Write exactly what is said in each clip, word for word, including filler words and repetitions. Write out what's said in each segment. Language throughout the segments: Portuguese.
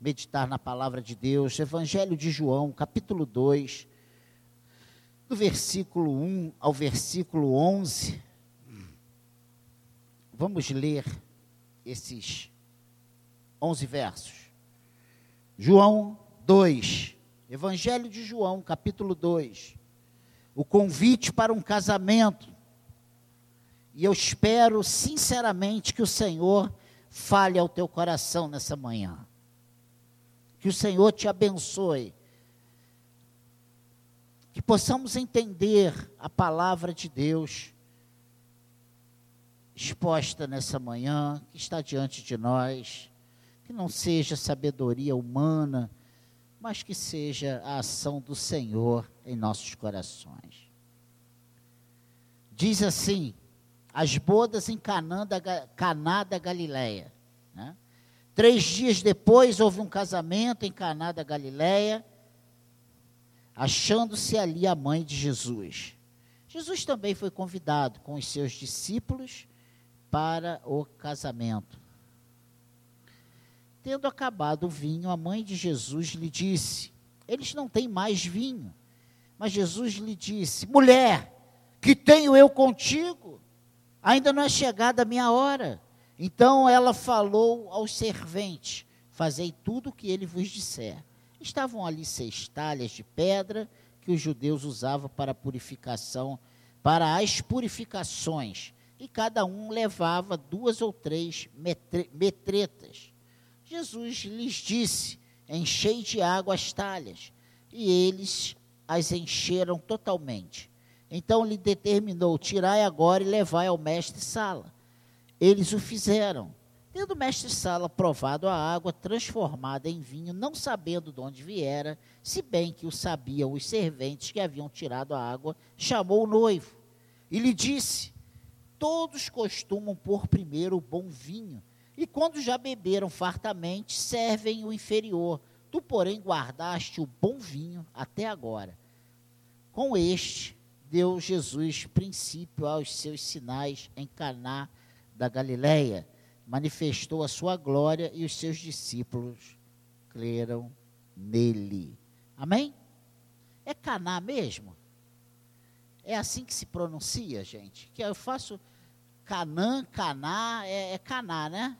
meditar na palavra de Deus, Evangelho de João, capítulo dois, do versículo um ao versículo onze. Vamos ler esses onze versos. João dois, Evangelho de João, capítulo dois, o convite para um casamento. E eu espero sinceramente que o Senhor fale ao teu coração nessa manhã. Que o Senhor te abençoe. Que possamos entender a palavra de Deus exposta nessa manhã, que está diante de nós. Que não seja sabedoria humana, mas que seja a ação do Senhor em nossos corações. Diz assim: as bodas em Canaã da, Caná da Galileia. Né? Três dias depois houve um casamento em Caná da Galileia, achando-se ali a mãe de Jesus. Jesus também foi convidado com os seus discípulos para o casamento. Tendo acabado o vinho, a mãe de Jesus lhe disse: eles não têm mais vinho. Mas Jesus lhe disse: mulher, que tenho eu contigo? Ainda não é chegada a minha hora. Então ela falou aos serventes: fazei tudo o que ele vos disser. Estavam ali seis talhas de pedra que os judeus usavam para purificação, para as purificações, e cada um levava duas ou três metre, metretas. Jesus lhes disse: enchei de água as talhas, e eles as encheram totalmente. Então lhe determinou: tirai agora e levai ao mestre-sala. Eles o fizeram. Tendo o mestre-sala provado a água transformada em vinho, não sabendo de onde viera, se bem que o sabiam os serventes que haviam tirado a água, chamou o noivo e lhe disse: todos costumam pôr primeiro o bom vinho, e quando já beberam fartamente, servem o inferior. Tu, porém, guardaste o bom vinho até agora. Com este deu Jesus princípio aos seus sinais em Caná da Galileia, manifestou a sua glória e os seus discípulos creram nele. Amém? É Caná mesmo? É assim que se pronuncia, gente? Que eu faço Canã, Caná, é, é Caná, né?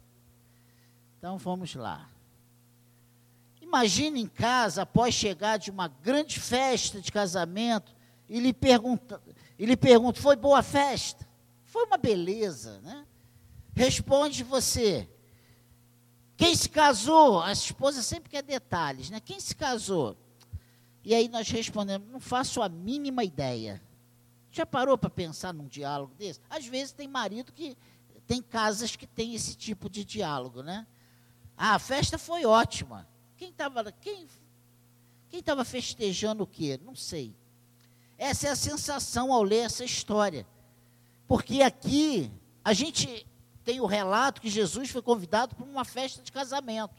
Então vamos lá. Imagine em casa, após chegar de uma grande festa de casamento, e lhe pergunta, e lhe pergunta: foi boa a festa? Foi uma beleza, né? Responde você: quem se casou? A esposa sempre quer detalhes, né? Quem se casou? E aí nós respondemos: não faço a mínima ideia. Já parou para pensar num diálogo desse? Às vezes tem marido que, tem casas que tem esse tipo de diálogo, né? Ah, a festa foi ótima. Quem estava quem, quem estava festejando o quê? Não sei. Essa é a sensação ao ler essa história. Porque aqui a gente tem o relato que Jesus foi convidado para uma festa de casamento.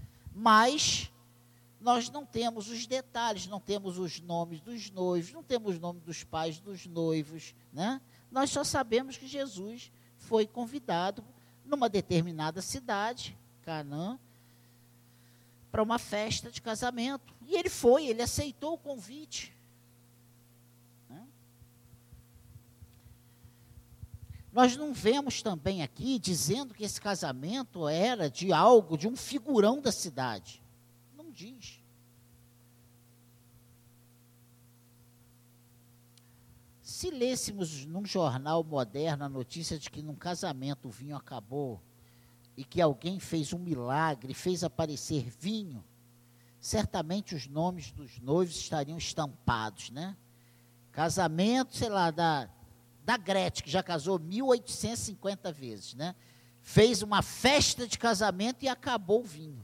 Mas nós não temos os detalhes, não temos os nomes dos noivos, não temos o nome dos pais dos noivos, né? Nós só sabemos que Jesus foi convidado numa determinada cidade, Canaã, para uma festa de casamento. E ele foi, ele aceitou o convite. Né? Nós não vemos também aqui dizendo que esse casamento era de algo, de um figurão da cidade. Não diz. Se lêssemos num jornal moderno a notícia de que num casamento o vinho acabou e que alguém fez um milagre, fez aparecer vinho, certamente os nomes dos noivos estariam estampados, né? Casamento, sei lá, da, da Gretchen, que já casou mil oitocentas e cinquenta vezes, né? Fez uma festa de casamento e acabou o vinho.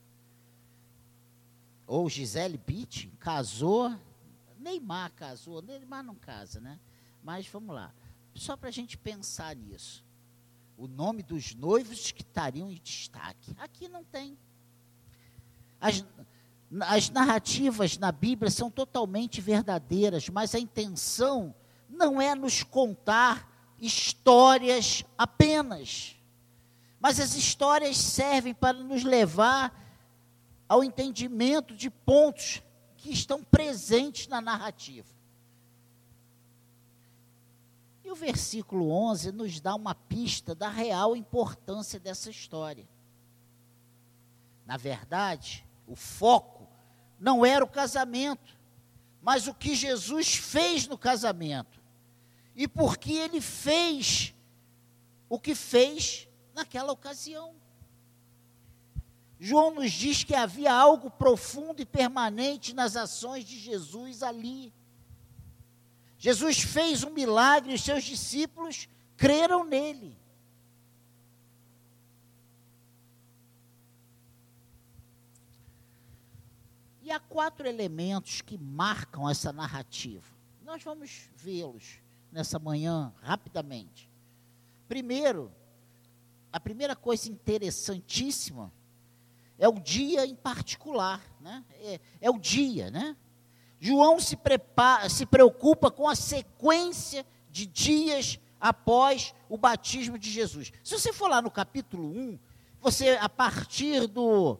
Ou Gisele Bündchen casou, Neymar casou, Neymar não casa, né? Mas vamos lá, só para a gente pensar nisso. O nome dos noivos que estariam em destaque. Aqui não tem. As, as narrativas na Bíblia são totalmente verdadeiras, mas a intenção não é nos contar histórias apenas. Mas as histórias servem para nos levar ao entendimento de pontos que estão presentes na narrativa. E o versículo onze nos dá uma pista da real importância dessa história. Na verdade, o foco não era o casamento, mas o que Jesus fez no casamento. E por que ele fez o que fez naquela ocasião. João nos diz que havia algo profundo e permanente nas ações de Jesus ali. Jesus fez um milagre e os seus discípulos creram nele. E há quatro elementos que marcam essa narrativa. Nós vamos vê-los nessa manhã rapidamente. Primeiro, a primeira coisa interessantíssima é o dia em particular, né? É, é o dia, né? João se, prepara, se preocupa com a sequência de dias após o batismo de Jesus. Se você for lá no capítulo um, você, a partir do,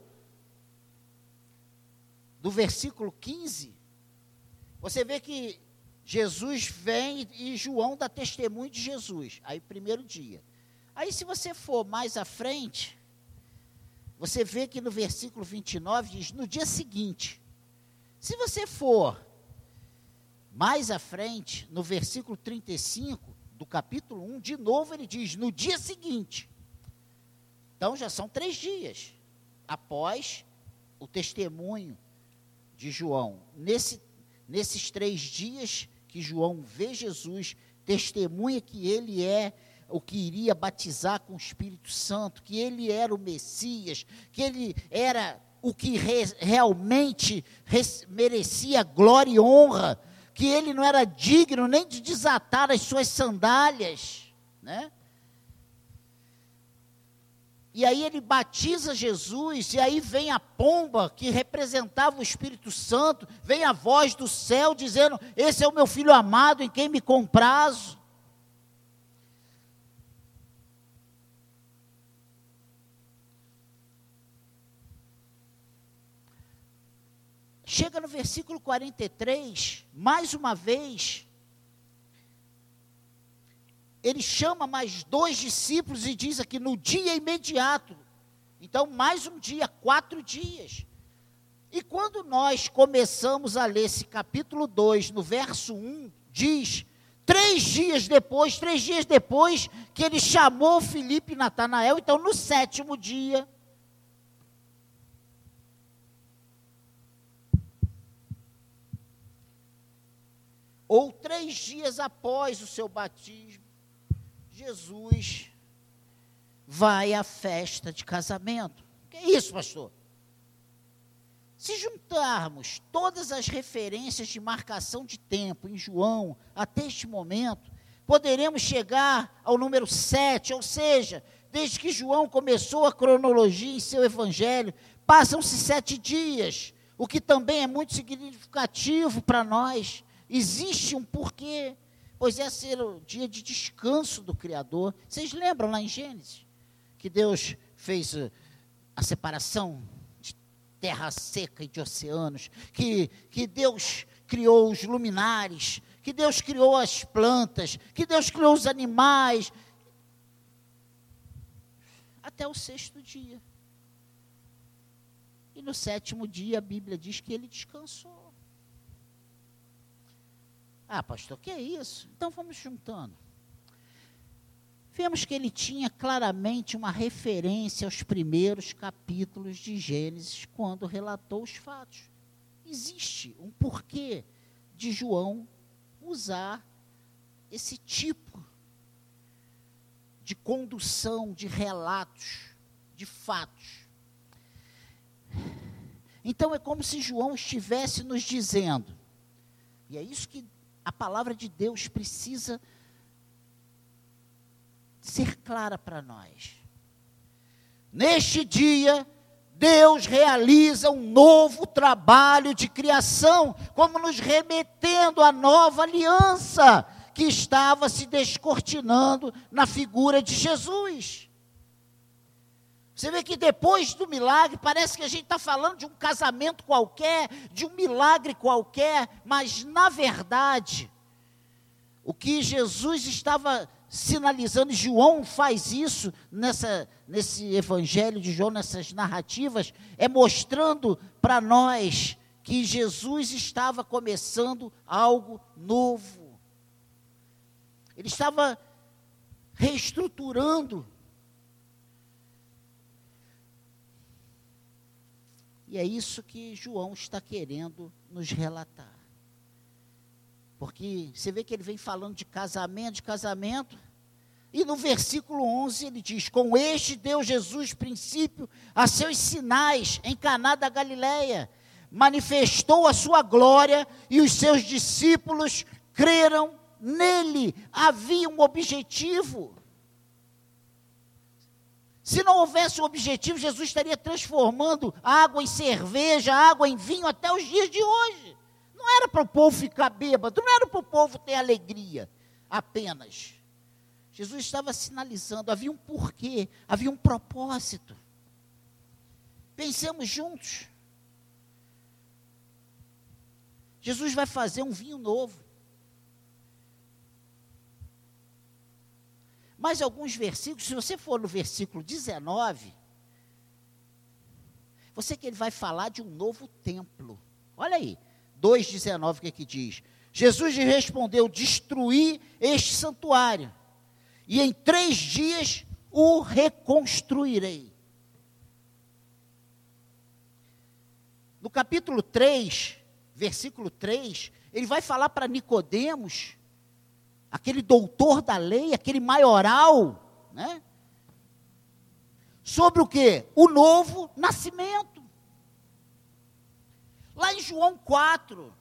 do versículo quinze, você vê que Jesus vem e João dá testemunho de Jesus. Aí, primeiro dia. Aí, se você for mais à frente, você vê que no versículo vinte e nove diz, no dia seguinte. Se você for mais à frente, no versículo trinta e cinco do capítulo um, de novo ele diz, no dia seguinte. Então, já são três dias após o testemunho de João. Nesse, nesses três dias que João vê Jesus, testemunha que ele é o que iria batizar com o Espírito Santo, que ele era o Messias, que ele era o que re, realmente res, merecia glória e honra, que ele não era digno nem de desatar as suas sandálias, né? E aí ele batiza Jesus, e aí vem a pomba que representava o Espírito Santo, vem a voz do céu dizendo, esse é o meu filho amado em quem me comprazo. Chega no versículo quarenta e três, mais uma vez, ele chama mais dois discípulos e diz aqui, no dia imediato. Então, mais um dia, quatro dias. E quando nós começamos a ler esse capítulo dois, no verso um, diz, três dias depois, três dias depois, que ele chamou Filipe e Natanael, então no sétimo dia, ou três dias após o seu batismo, Jesus vai à festa de casamento. Que é isso, pastor? Se juntarmos todas as referências de marcação de tempo em João até este momento, poderemos chegar ao número sete, ou seja, desde que João começou a cronologia em seu evangelho, passam-se sete dias, o que também é muito significativo para nós. Existe um porquê, pois é ser o dia de descanso do Criador. Vocês lembram lá em Gênesis, que Deus fez a separação de terra seca e de oceanos, que, que Deus criou os luminares, que Deus criou as plantas, que Deus criou os animais, até o sexto dia. E no sétimo dia a Bíblia diz que ele descansou. Ah, pastor, que é isso? Então vamos juntando. Vemos que ele tinha claramente uma referência aos primeiros capítulos de Gênesis, quando relatou os fatos. Existe um porquê de João usar esse tipo de condução, de relatos, de fatos. Então é como se João estivesse nos dizendo, e é isso que a palavra de Deus precisa ser clara para nós. Neste dia, Deus realiza um novo trabalho de criação, como nos remetendo à nova aliança que estava se descortinando na figura de Jesus. Você vê que depois do milagre, parece que a gente está falando de um casamento qualquer, de um milagre qualquer, mas na verdade, o que Jesus estava sinalizando, e João faz isso nessa, nesse evangelho de João, nessas narrativas, é mostrando para nós que Jesus estava começando algo novo. Ele estava reestruturando. E é isso que João está querendo nos relatar. Porque você vê que ele vem falando de casamento, de casamento, e no versículo onze ele diz: com este deu Jesus princípio a seus sinais em Caná da Galileia, manifestou a sua glória e os seus discípulos creram nele. Havia um objetivo. Se não houvesse um objetivo, Jesus estaria transformando água em cerveja, água em vinho até os dias de hoje. Não era para o povo ficar bêbado, não era para o povo ter alegria apenas. Jesus estava sinalizando, havia um porquê, havia um propósito. Pensemos juntos. Jesus vai fazer um vinho novo. Mais alguns versículos, se você for no versículo dezenove, você que ele vai falar de um novo templo. Olha aí, dois, dezenove, o que é que diz? Jesus lhe respondeu: destruí este santuário, e em três dias o reconstruirei. No capítulo três, versículo três, ele vai falar para Nicodemos, aquele doutor da lei, aquele maioral, né? Sobre o quê? O novo nascimento. Lá em João quatro,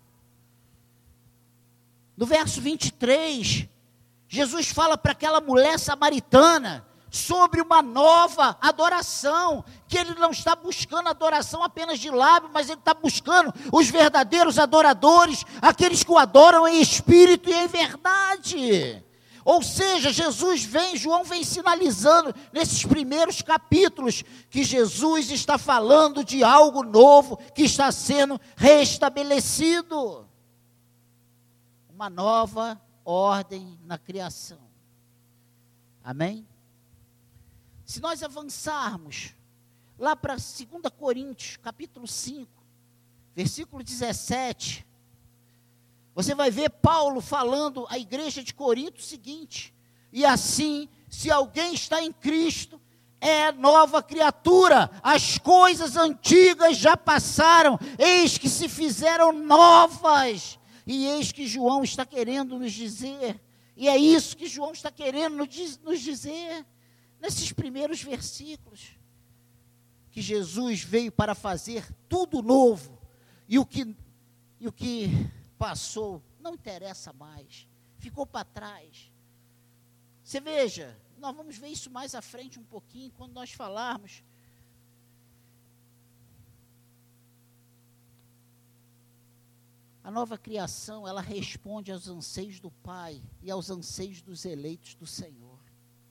no verso vinte e três, Jesus fala para aquela mulher samaritana sobre uma nova adoração, que ele não está buscando adoração apenas de lábio, mas ele está buscando os verdadeiros adoradores, aqueles que o adoram em espírito e em verdade. Ou seja, Jesus vem, João vem sinalizando nesses primeiros capítulos que Jesus está falando de algo novo que está sendo restabelecido. Uma nova ordem na criação. Amém? Se nós avançarmos lá para dois Coríntios, capítulo cinco, versículo dezessete, você vai ver Paulo falando à igreja de Corinto o seguinte: e assim, se alguém está em Cristo, é nova criatura, as coisas antigas já passaram, eis que se fizeram novas. E eis que João está querendo nos dizer, e é isso que João está querendo nos dizer, nesses primeiros versículos, que Jesus veio para fazer tudo novo, e o que, e o que passou não interessa mais, ficou para trás. Você veja, nós vamos ver isso mais à frente um pouquinho, quando nós falarmos a nova criação, ela responde aos anseios do Pai e aos anseios dos eleitos do Senhor.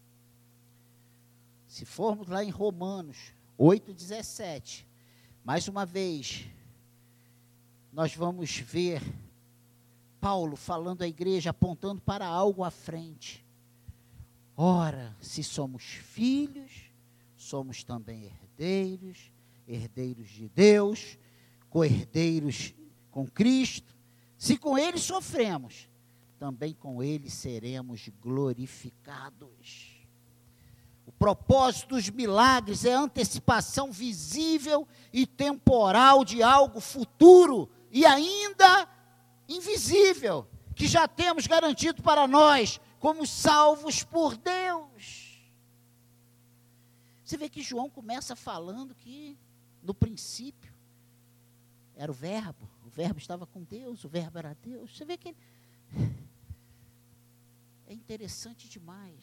Se formos lá em Romanos oito, dezessete, mais uma vez, nós vamos ver Paulo falando à igreja, apontando para algo à frente. Ora, se somos filhos, somos também herdeiros, herdeiros de Deus, co-herdeiros com Cristo. Se com Ele sofremos, também com Ele seremos glorificados. O propósito dos milagres é a antecipação visível e temporal de algo futuro e ainda invisível, que já temos garantido para nós, como salvos por Deus. Você vê que João começa falando que, no princípio, era o verbo, o verbo estava com Deus, o verbo era Deus. Você vê que é interessante demais.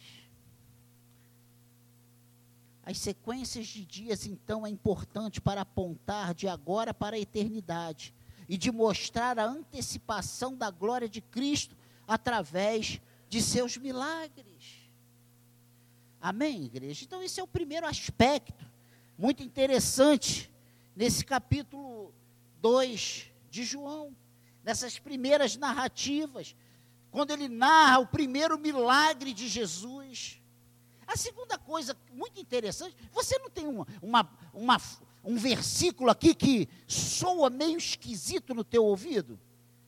As sequências de dias, então, é importante para apontar de agora para a eternidade e de mostrar a antecipação da glória de Cristo através de seus milagres. Amém, igreja? Então, esse é o primeiro aspecto muito interessante nesse capítulo dois de João, nessas primeiras narrativas, quando ele narra o primeiro milagre de Jesus. A segunda coisa muito interessante, você não tem uma, uma, uma, um versículo aqui que soa meio esquisito no teu ouvido?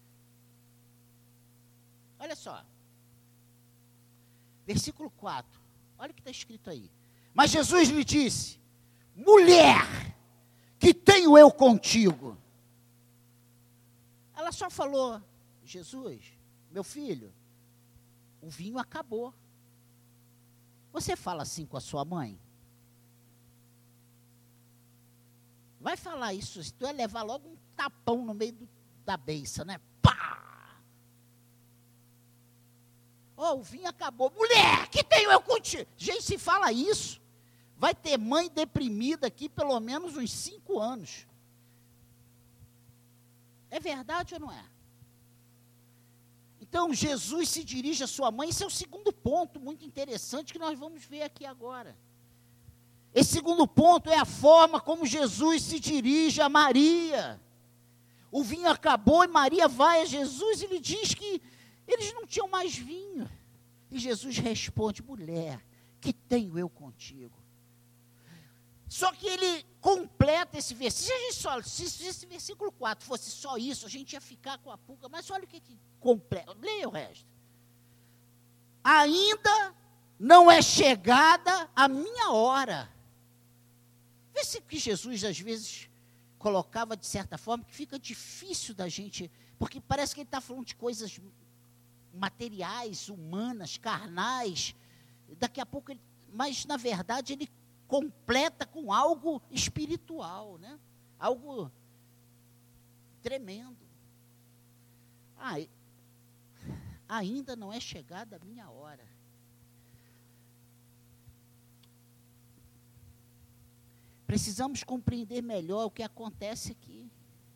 Olha só, versículo quatro, olha o que está escrito aí. Mas Jesus lhe disse: mulher, que tenho eu contigo? Ela só falou: Jesus, meu filho, o vinho acabou. Você fala assim com a sua mãe? Vai falar isso, tu vai levar logo um tapão no meio do, da beiça, né? Pá! Oh, o vinho acabou. Mulher, que tenho eu contigo? Gente, se fala isso, vai ter mãe deprimida aqui pelo menos uns cinco anos. É verdade ou não é? Então, Jesus se dirige à sua mãe. Esse é o segundo ponto muito interessante que nós vamos ver aqui agora. Esse segundo ponto é a forma como Jesus se dirige a Maria. O vinho acabou e Maria vai a Jesus e lhe diz que eles não tinham mais vinho. E Jesus responde: mulher, que tenho eu contigo? Só que ele completa esse versículo. Se, só, se, se esse versículo quatro fosse só isso, a gente ia ficar com a pulga. Mas olha o que, que completa. Leia o resto. Ainda não é chegada a minha hora. Vê se que Jesus, às vezes, colocava de certa forma, que fica difícil da gente, porque parece que ele está falando de coisas materiais, humanas, carnais. Daqui a pouco, ele, mas na verdade, ele completa com algo espiritual, né? Algo tremendo. Ah, ainda não é chegada a minha hora. Precisamos compreender melhor o que acontece aqui.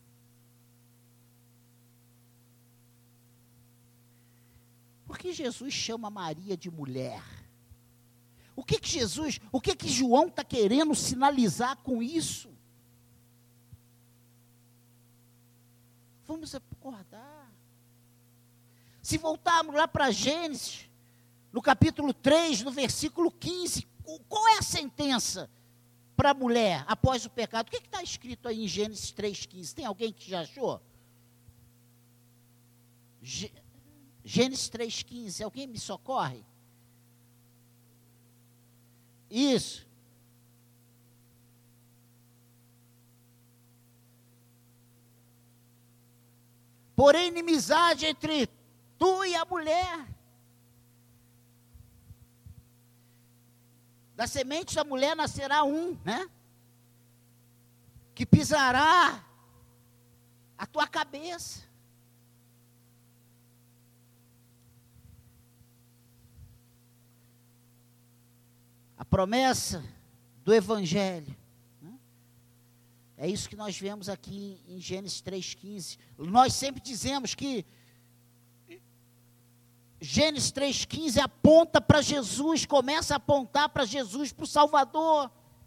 Por que Jesus chama Maria de mulher? O que que Jesus, o que que João está querendo sinalizar com isso? Vamos acordar. Se voltarmos lá para Gênesis, no capítulo três, no versículo quinze, qual é a sentença para a mulher após o pecado? O que está escrito aí em Gênesis três, quinze? Tem alguém que já achou? Gênesis três, quinze, alguém me socorre? Isso. Porém, inimizade entre tu e a mulher. Da semente da mulher nascerá um, né? Que pisará a tua cabeça. A promessa do Evangelho, né? É isso que nós vemos aqui em Gênesis três, quinze. Nós sempre dizemos que Gênesis três, quinze aponta para Jesus, começa a apontar para Jesus, para o Salvador.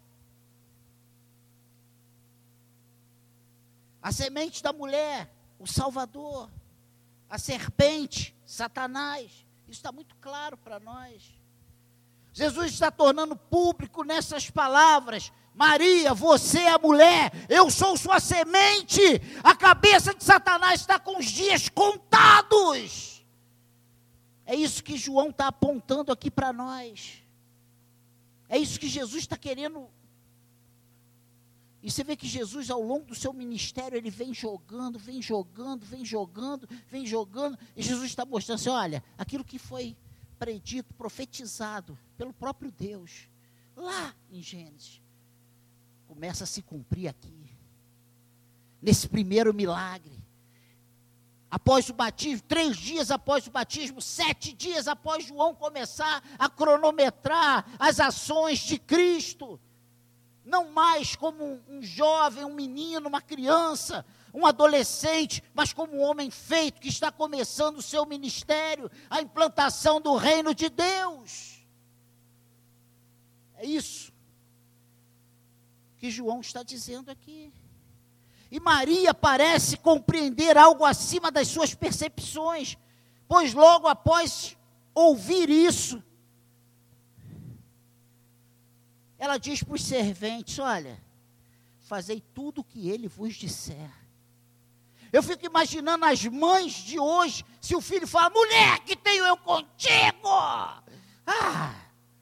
A semente da mulher, o Salvador. A serpente, Satanás. Isso está muito claro para nós. Jesus está tornando público nessas palavras: Maria, você é a mulher, eu sou sua semente. A cabeça de Satanás está com os dias contados. É isso que João está apontando aqui para nós. É isso que Jesus está querendo. E você vê que Jesus, ao longo do seu ministério, ele vem jogando, vem jogando, vem jogando, vem jogando. E Jesus está mostrando assim: olha, aquilo que foi predito, profetizado pelo próprio Deus, lá em Gênesis, começa a se cumprir aqui, nesse primeiro milagre. Após o batismo, três dias após o batismo, sete dias após João começar a cronometrar as ações de Cristo, não mais como um, um jovem, um menino, uma criança, um adolescente, mas como um homem feito que está começando o seu ministério, a implantação do reino de Deus. É isso. que João está dizendo aqui. E Maria parece compreender algo acima das suas percepções, pois logo após ouvir isso, ela diz para os serventes: olha, fazei tudo o que ele vos disser. Eu fico imaginando as mães de hoje, se o filho fala: mulher, que tenho eu contigo? Ah!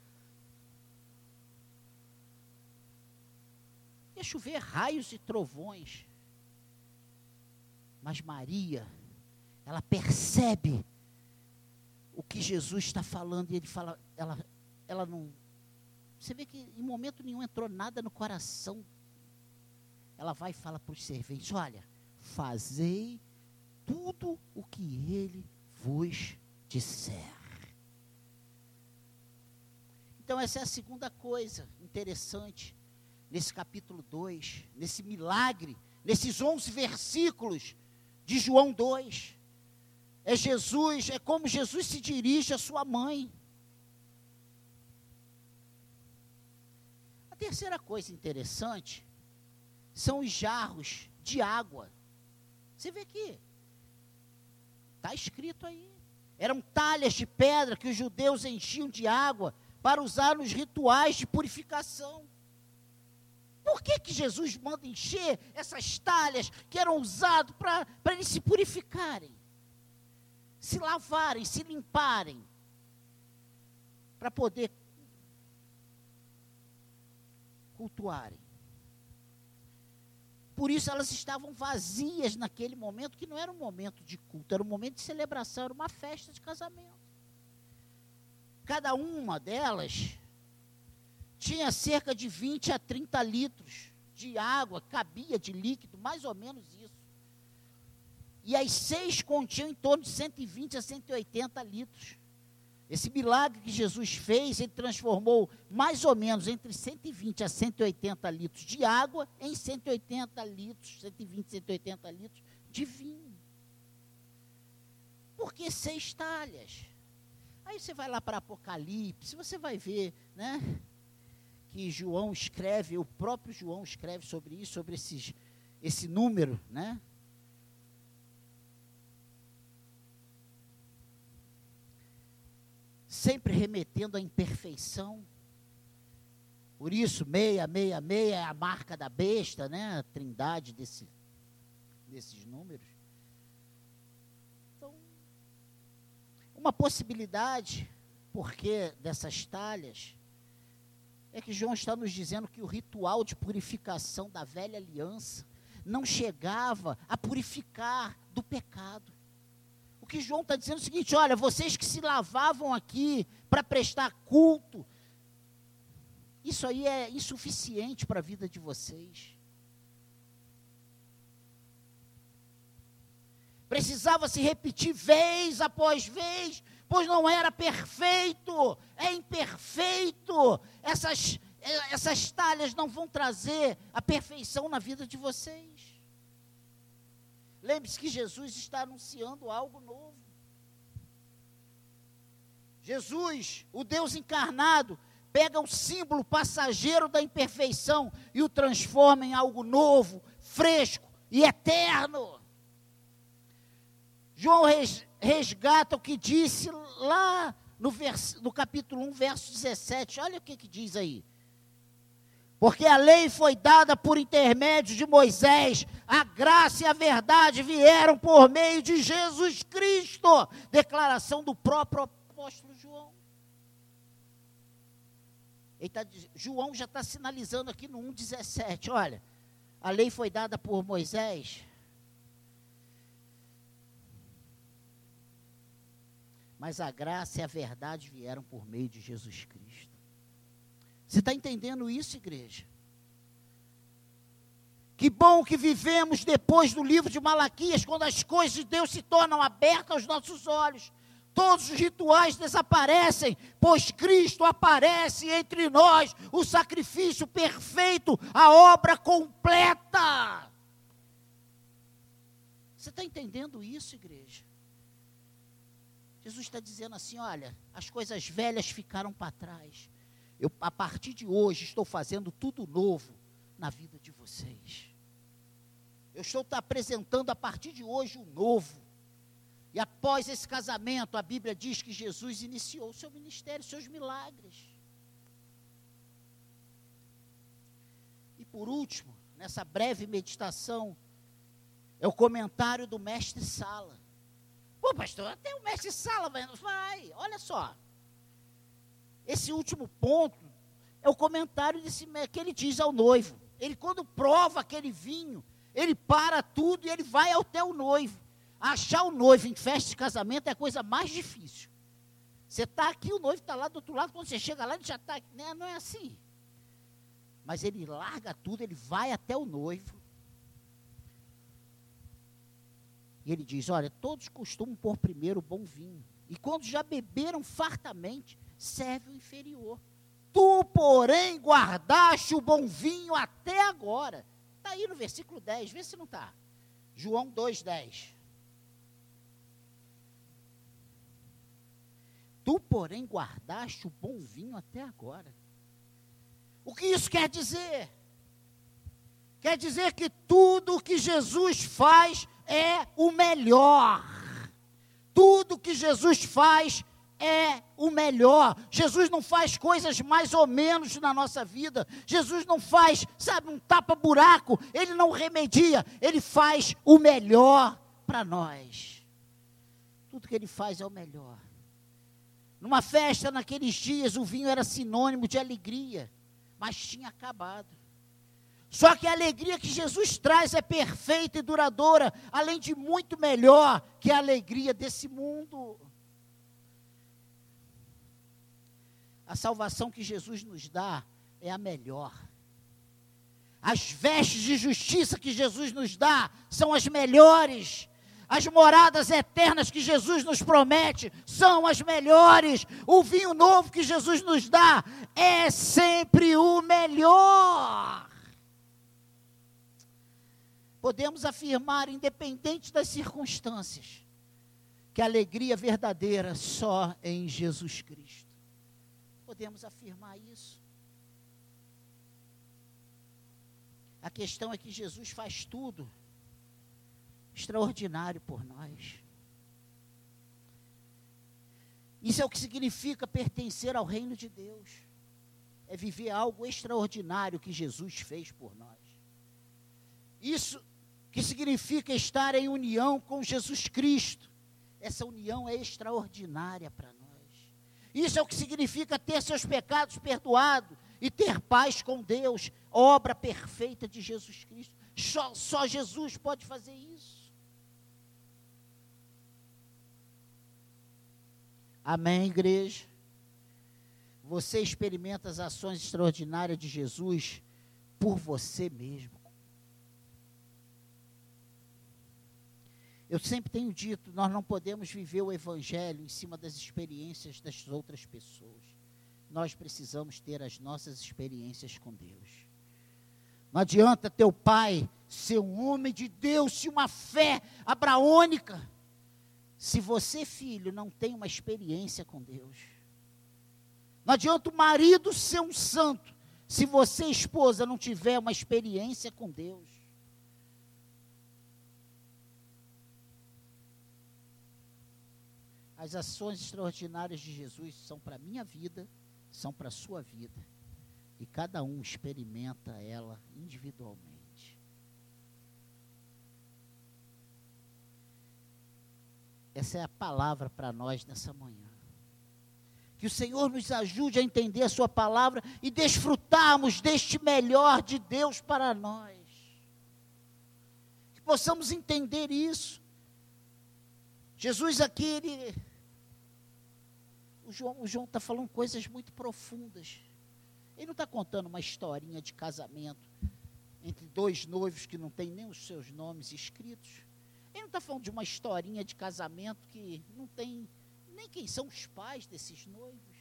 Ia chover raios e trovões. Mas Maria, ela percebe o que Jesus está falando, e ele fala, ela, ela não, você vê que em momento nenhum entrou nada no coração. Ela vai e fala para os serventes: olha, fazei tudo o que ele vos disser. Então essa é a segunda coisa interessante, nesse capítulo dois, nesse milagre, nesses onze versículos de João dois, é Jesus, é como Jesus se dirige à sua mãe. A terceira coisa interessante são os jarros de água. Você vê aqui, está escrito aí, eram talhas de pedra que os judeus enchiam de água para usar nos rituais de purificação. Por que que Jesus manda encher essas talhas que eram usadas para para eles se purificarem, se lavarem, se limparem, para poder cultuarem? Por isso elas estavam vazias naquele momento, que não era um momento de culto, era um momento de celebração, era uma festa de casamento. Cada uma delas tinha cerca de vinte a trinta litros de água, cabia de líquido, mais ou menos isso. E as seis continham em torno de cento e vinte a cento e oitenta litros. Esse milagre que Jesus fez, ele transformou mais ou menos entre cento e vinte a cento e oitenta litros de água em cento e oitenta litros, cento e vinte, cento e oitenta litros de vinho. Por que seis talhas? Aí você vai lá para Apocalipse, você vai ver, né, que João escreve, o próprio João escreve sobre isso, sobre esses, esse número, né? Sempre remetendo à imperfeição. Por isso, meia, meia, meia é a marca da besta, né? A trindade desse, desses números. Então, uma possibilidade, porque dessas talhas, é que João está nos dizendo que o ritual de purificação da velha aliança não chegava a purificar do pecado. O que João está dizendo é o seguinte: olha, vocês que se lavavam aqui para prestar culto, isso aí é insuficiente para a vida de vocês. Precisava se repetir vez após vez, pois não era perfeito, é imperfeito. Essas, essas talhas não vão trazer a perfeição na vida de vocês. Lembre-se que Jesus está anunciando algo novo. Jesus, o Deus encarnado, pega o símbolo passageiro da imperfeição e o transforma em algo novo, fresco e eterno. João resgata o que disse lá no, vers, no capítulo um, verso dezessete. Olha o que, que diz aí. Porque a lei foi dada por intermédio de Moisés, a graça e a verdade vieram por meio de Jesus Cristo. Declaração do próprio apóstolo João. Ele tá, João já está sinalizando aqui no um, dezessete. Olha, a lei foi dada por Moisés, mas a graça e a verdade vieram por meio de Jesus Cristo. Você está entendendo isso, igreja? Que bom que vivemos depois do livro de Malaquias, quando as coisas de Deus se tornam abertas aos nossos olhos. Todos os rituais desaparecem, pois Cristo aparece entre nós, o sacrifício perfeito, a obra completa. Você está entendendo isso, igreja? Jesus está dizendo assim: olha, as coisas velhas ficaram para trás. Eu, a partir de hoje, estou fazendo tudo novo na vida de vocês. Eu estou apresentando a partir de hoje o novo. E após esse casamento, a Bíblia diz que Jesus iniciou o seu ministério, seus milagres. E por último, nessa breve meditação, é o comentário do mestre Sala. Pô, pastor, até o mestre Sala vai, vai, olha só. Esse último ponto é o comentário desse, que ele diz ao noivo. Ele, quando prova aquele vinho, ele para tudo e ele vai até o noivo. Achar o noivo em festa de casamento é a coisa mais difícil. Você está aqui, o noivo está lá do outro lado, quando você chega lá, ele já está aqui. Né? Não é assim. Mas ele larga tudo, ele vai até o noivo. E ele diz, olha, todos costumam pôr primeiro o bom vinho. E quando já beberam fartamente, serve o inferior. Tu, porém, guardaste o bom vinho até agora. Está aí no versículo dez, vê se não está. João dois, dez. Tu, porém, guardaste o bom vinho até agora. O que isso quer dizer? Quer dizer que tudo o que Jesus faz é o melhor. Tudo que Jesus faz é o melhor. Jesus não faz coisas mais ou menos na nossa vida. Jesus não faz, sabe, um tapa-buraco. Ele não remedia. Ele faz o melhor para nós. Tudo que ele faz é o melhor. Numa festa, naqueles dias, o vinho era sinônimo de alegria, mas tinha acabado. Só que a alegria que Jesus traz é perfeita e duradoura, além de muito melhor que a alegria desse mundo. A salvação que Jesus nos dá é a melhor. As vestes de justiça que Jesus nos dá são as melhores. As moradas eternas que Jesus nos promete são as melhores. O vinho novo que Jesus nos dá é sempre o melhor. Podemos afirmar, independente das circunstâncias, que a alegria verdadeira só é em Jesus Cristo. Podemos afirmar isso. A questão é que Jesus faz tudo extraordinário por nós. Isso é o que significa pertencer ao reino de Deus. É viver algo extraordinário que Jesus fez por nós. Isso que significa estar em união com Jesus Cristo. Essa união é extraordinária para nós. Isso é o que significa ter seus pecados perdoados e ter paz com Deus. Obra perfeita de Jesus Cristo. Só, só Jesus pode fazer isso. Amém, igreja? Você experimenta as ações extraordinárias de Jesus por você mesmo. Eu sempre tenho dito, nós não podemos viver o evangelho em cima das experiências das outras pessoas. Nós precisamos ter as nossas experiências com Deus. Não adianta teu pai ser um homem de Deus, se uma fé abraônica, se você, filho, não tem uma experiência com Deus. Não adianta o marido ser um santo, se você, esposa, não tiver uma experiência com Deus. As ações extraordinárias de Jesus são para a minha vida, são para a sua vida. E cada um experimenta ela individualmente. Essa é a palavra para nós nessa manhã. Que o Senhor nos ajude a entender a sua palavra e desfrutarmos deste melhor de Deus para nós. Que possamos entender isso. Jesus aqui, ele, o João o João está falando coisas muito profundas. Ele não está contando uma historinha de casamento entre dois noivos que não tem nem os seus nomes escritos. Ele não está falando de uma historinha de casamento que não tem nem quem são os pais desses noivos.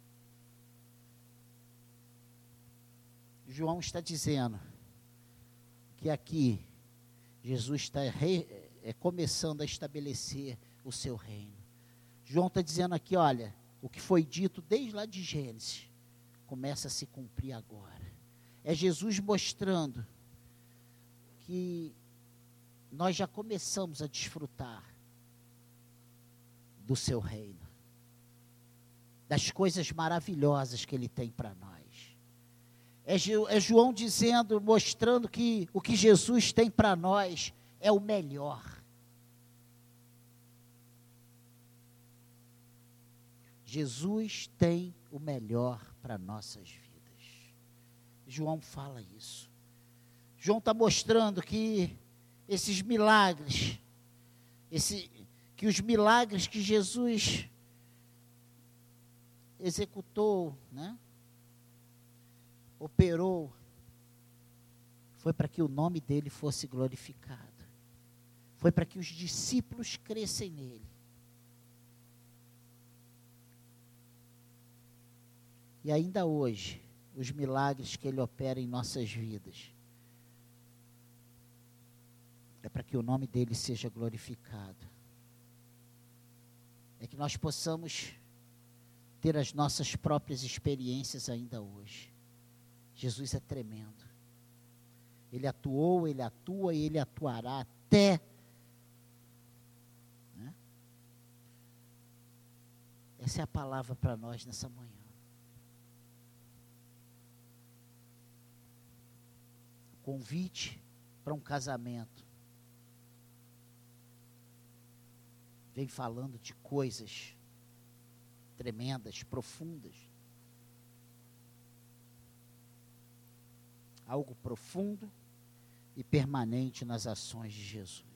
João está dizendo que aqui Jesus está re, é, começando a estabelecer o seu reino. João está dizendo aqui, olha, o que foi dito desde lá de Gênesis começa a se cumprir agora. É Jesus mostrando que nós já começamos a desfrutar do seu reino, das coisas maravilhosas que ele tem para nós. É, é João dizendo, mostrando que o que Jesus tem para nós é o melhor. Jesus tem o melhor para nossas vidas. João fala isso. João está mostrando que esses milagres, esse, que os milagres que Jesus executou, né, operou, foi para que o nome dele fosse glorificado. Foi para que os discípulos crescem nele. E ainda hoje, os milagres que ele opera em nossas vidas, é para que o nome dele seja glorificado. É que nós possamos ter as nossas próprias experiências ainda hoje. Jesus é tremendo. Ele atuou, ele atua e ele atuará até, né? Essa é a palavra para nós nessa manhã. Convite para um casamento. Vem falando de coisas tremendas, profundas. Algo profundo e permanente nas ações de Jesus.